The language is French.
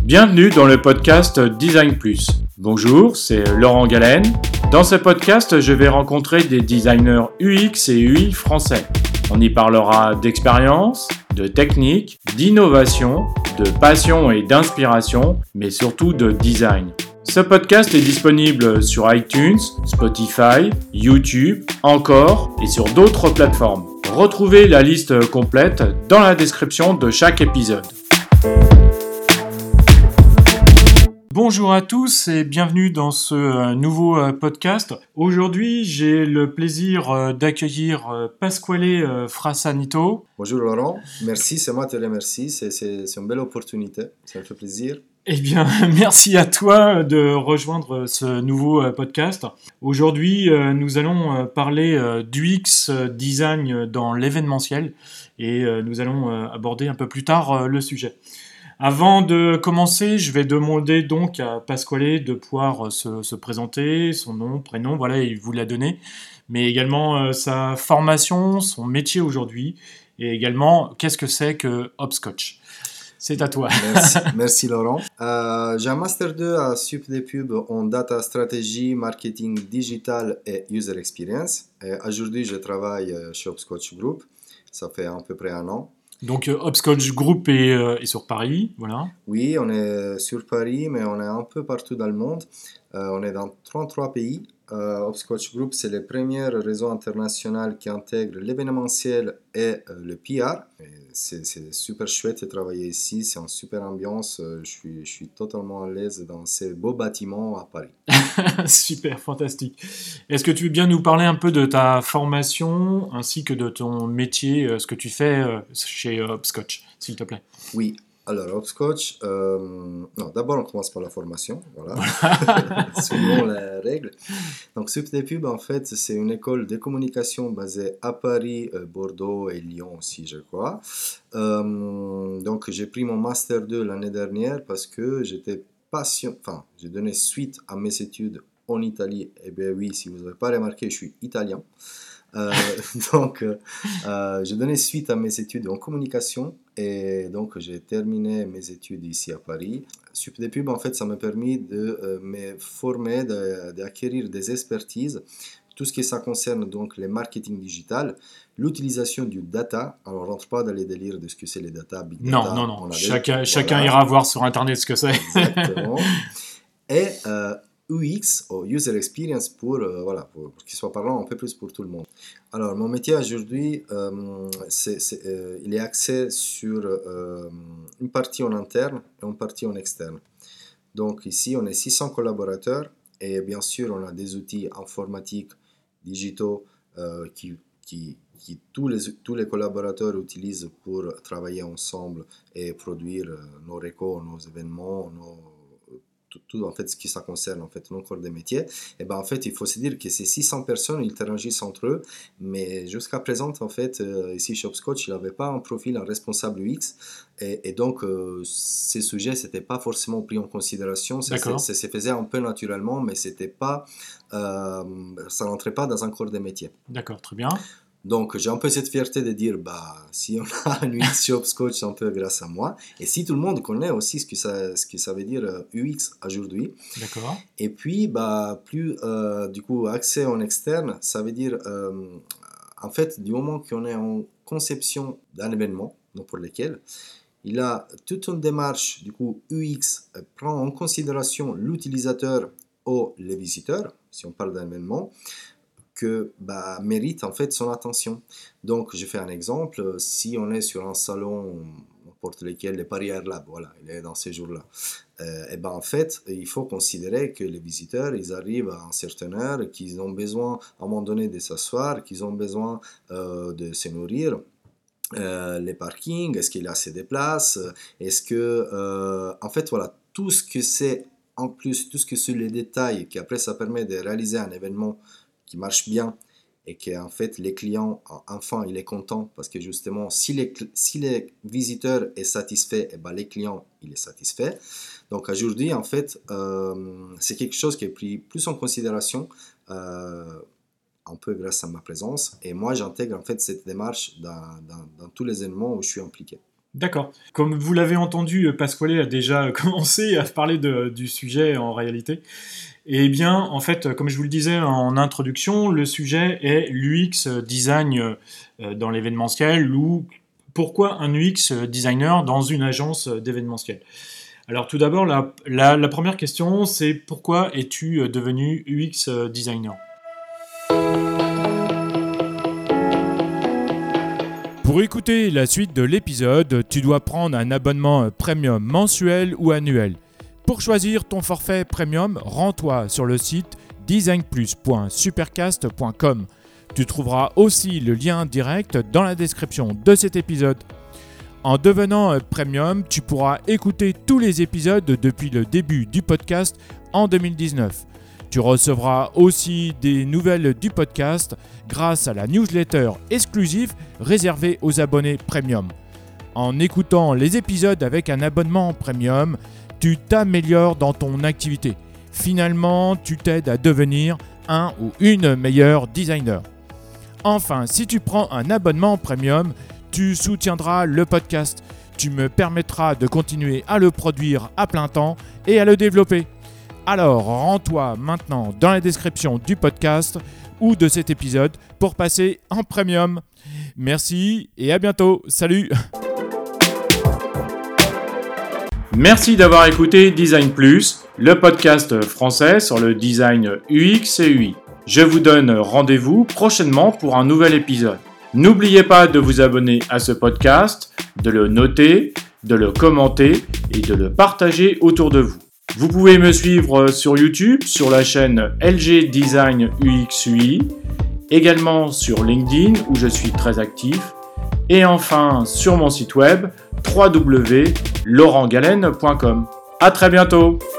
Bienvenue dans le podcast Design Plus. Bonjour, c'est Laurent Galen. Dans ce podcast, je vais rencontrer des designers UX et UI français. On y parlera d'expérience, de technique, d'innovation, de passion et d'inspiration, mais surtout de design. Ce podcast est disponible sur iTunes, Spotify, YouTube, Encore et sur d'autres plateformes. Retrouvez la liste complète dans la description de chaque épisode. Bonjour à tous et bienvenue dans ce nouveau podcast. Aujourd'hui, j'ai le plaisir d'accueillir Pasquale Frassanito. Bonjour Laurent, merci, c'est moi qui te remercie, c'est une belle opportunité, ça me fait plaisir. Eh bien, merci à toi de rejoindre ce nouveau podcast. Aujourd'hui, nous allons parler d'UX design dans l'événementiel et nous allons aborder un peu plus tard le sujet. Avant de commencer, je vais demander donc à Pasquale de pouvoir se présenter, son nom, prénom, voilà, il vous l'a donné, mais également sa formation, son métier aujourd'hui, et également qu'est-ce que c'est que Hopscotch. C'est à toi. Merci Laurent. J'ai un Master 2 à Sup des Pubs en Data Strategy, Marketing Digital et User Experience. Et aujourd'hui, je travaille chez Hopscotch Group, ça fait à peu près un an. Donc Hopscotch Group est sur Paris, voilà. Oui, on est sur Paris, mais on est un peu partout dans le monde. On est dans 33 pays. Hopscotch Group, c'est le premier réseau international qui intègre l'événementiel et le PR. Et c'est super chouette de travailler ici, c'est une super ambiance. Je suis totalement à l'aise dans ces beaux bâtiments à Paris. Super, fantastique. Est-ce que tu veux bien nous parler un peu de ta formation ainsi que de ton métier, ce que tu fais chez Hopscotch, s'il te plaît? Oui, alors Hopscotch, non, d'abord on commence par la formation, voilà, suivons les règles. Donc Sup des Pubs, en fait, c'est une école de communication basée à Paris, Bordeaux et Lyon aussi, je crois. Donc j'ai pris mon Master 2 l'année dernière parce que j'étais j'ai donné suite à mes études en Italie. Eh bien oui, si vous n'avez pas remarqué, je suis italien. J'ai donné suite à mes études en communication et donc j'ai terminé mes études ici à Paris. Sup des Pubs, en fait, ça m'a permis de me former, d'acquérir des expertises. Tout ce qui ça concerne donc les marketing digital, l'utilisation du data. Alors, on ne rentre pas dans les délires de ce que c'est les data, big data. Non. Chacun ira voir sur Internet ce que c'est. Exactement. Et UX, ou User Experience, pour qu'il soit parlant un peu plus pour tout le monde. Alors, mon métier aujourd'hui, il est axé sur une partie en interne et une partie en externe. Donc ici, on est 600 collaborateurs et bien sûr, on a des outils informatiques, digitaux qui tous les collaborateurs utilisent pour travailler ensemble et produire nos récords, nos événements, tout en fait ce qui ça concerne en fait nos corps des métiers. Et ben en fait il faut se dire que ces 600 personnes ils interagissent entre eux, mais jusqu'à présent en fait ici chez Hopscotch il n'avait pas un profil, un responsable UX et donc ces sujets c'était pas forcément pris en considération. Ça se faisait un peu naturellement, mais c'était pas ça n'entrait pas dans un corps des métiers. D'accord, très bien. Donc, j'ai un peu cette fierté de dire, si on a un UX chez Hopscotch, c'est un peu grâce à moi. Et si tout le monde connaît aussi ce que ça veut dire UX aujourd'hui. D'accord. Et puis, plus, du coup, accès en externe, ça veut dire, en fait, du moment qu'on est en conception d'un événement, donc pour lequel, il a toute une démarche, du coup, UX prend en considération l'utilisateur ou les visiteurs, si on parle d'un événement, que mérite en fait son attention. Donc je fais un exemple, si on est sur un salon n'importe lequel, les Paris Air Lab, voilà, il est dans ces jours-là, et en fait il faut considérer que les visiteurs ils arrivent à une certaine heure, qu'ils ont besoin à un moment donné de s'asseoir, qu'ils ont besoin de se nourrir. Les parkings, est-ce qu'il y a assez de places, est-ce que en fait voilà, tout ce que c'est en plus, tout ce que c'est les détails qui après ça permet de réaliser un événement qui marche bien et que en fait les clients enfin il est content parce que justement si les visiteurs est satisfait, et les clients il est satisfait. Donc aujourd'hui en fait c'est quelque chose qui est pris plus en considération un peu grâce à ma présence et moi j'intègre en fait cette démarche dans tous les événements où je suis impliqué. D'accord. Comme vous l'avez entendu, Pasquale a déjà commencé à parler du sujet en réalité. Eh bien, en fait, comme je vous le disais en introduction, le sujet est l'UX design dans l'événementiel ou pourquoi un UX designer dans une agence d'événementiel. Alors tout d'abord, la première question, c'est pourquoi es-tu devenu UX designer ? Pour écouter la suite de l'épisode, tu dois prendre un abonnement premium mensuel ou annuel. Pour choisir ton forfait premium, rends-toi sur le site designplus.supercast.com. Tu trouveras aussi le lien direct dans la description de cet épisode. En devenant premium, tu pourras écouter tous les épisodes depuis le début du podcast en 2019. Tu recevras aussi des nouvelles du podcast grâce à la newsletter exclusive réservée aux abonnés premium. En écoutant les épisodes avec un abonnement premium, tu t'améliores dans ton activité. Finalement, tu t'aides à devenir un ou une meilleure designer. Enfin, si tu prends un abonnement premium, tu soutiendras le podcast. Tu me permettras de continuer à le produire à plein temps et à le développer. Alors, rends-toi maintenant dans la description du podcast ou de cet épisode pour passer en premium. Merci et à bientôt. Salut! Merci d'avoir écouté Design Plus, le podcast français sur le design UX et UI. Je vous donne rendez-vous prochainement pour un nouvel épisode. N'oubliez pas de vous abonner à ce podcast, de le noter, de le commenter et de le partager autour de vous. Vous pouvez me suivre sur YouTube, sur la chaîne LG Design UX UI, également sur LinkedIn où je suis très actif, et enfin sur mon site web www.laurentgalen.com. À très bientôt!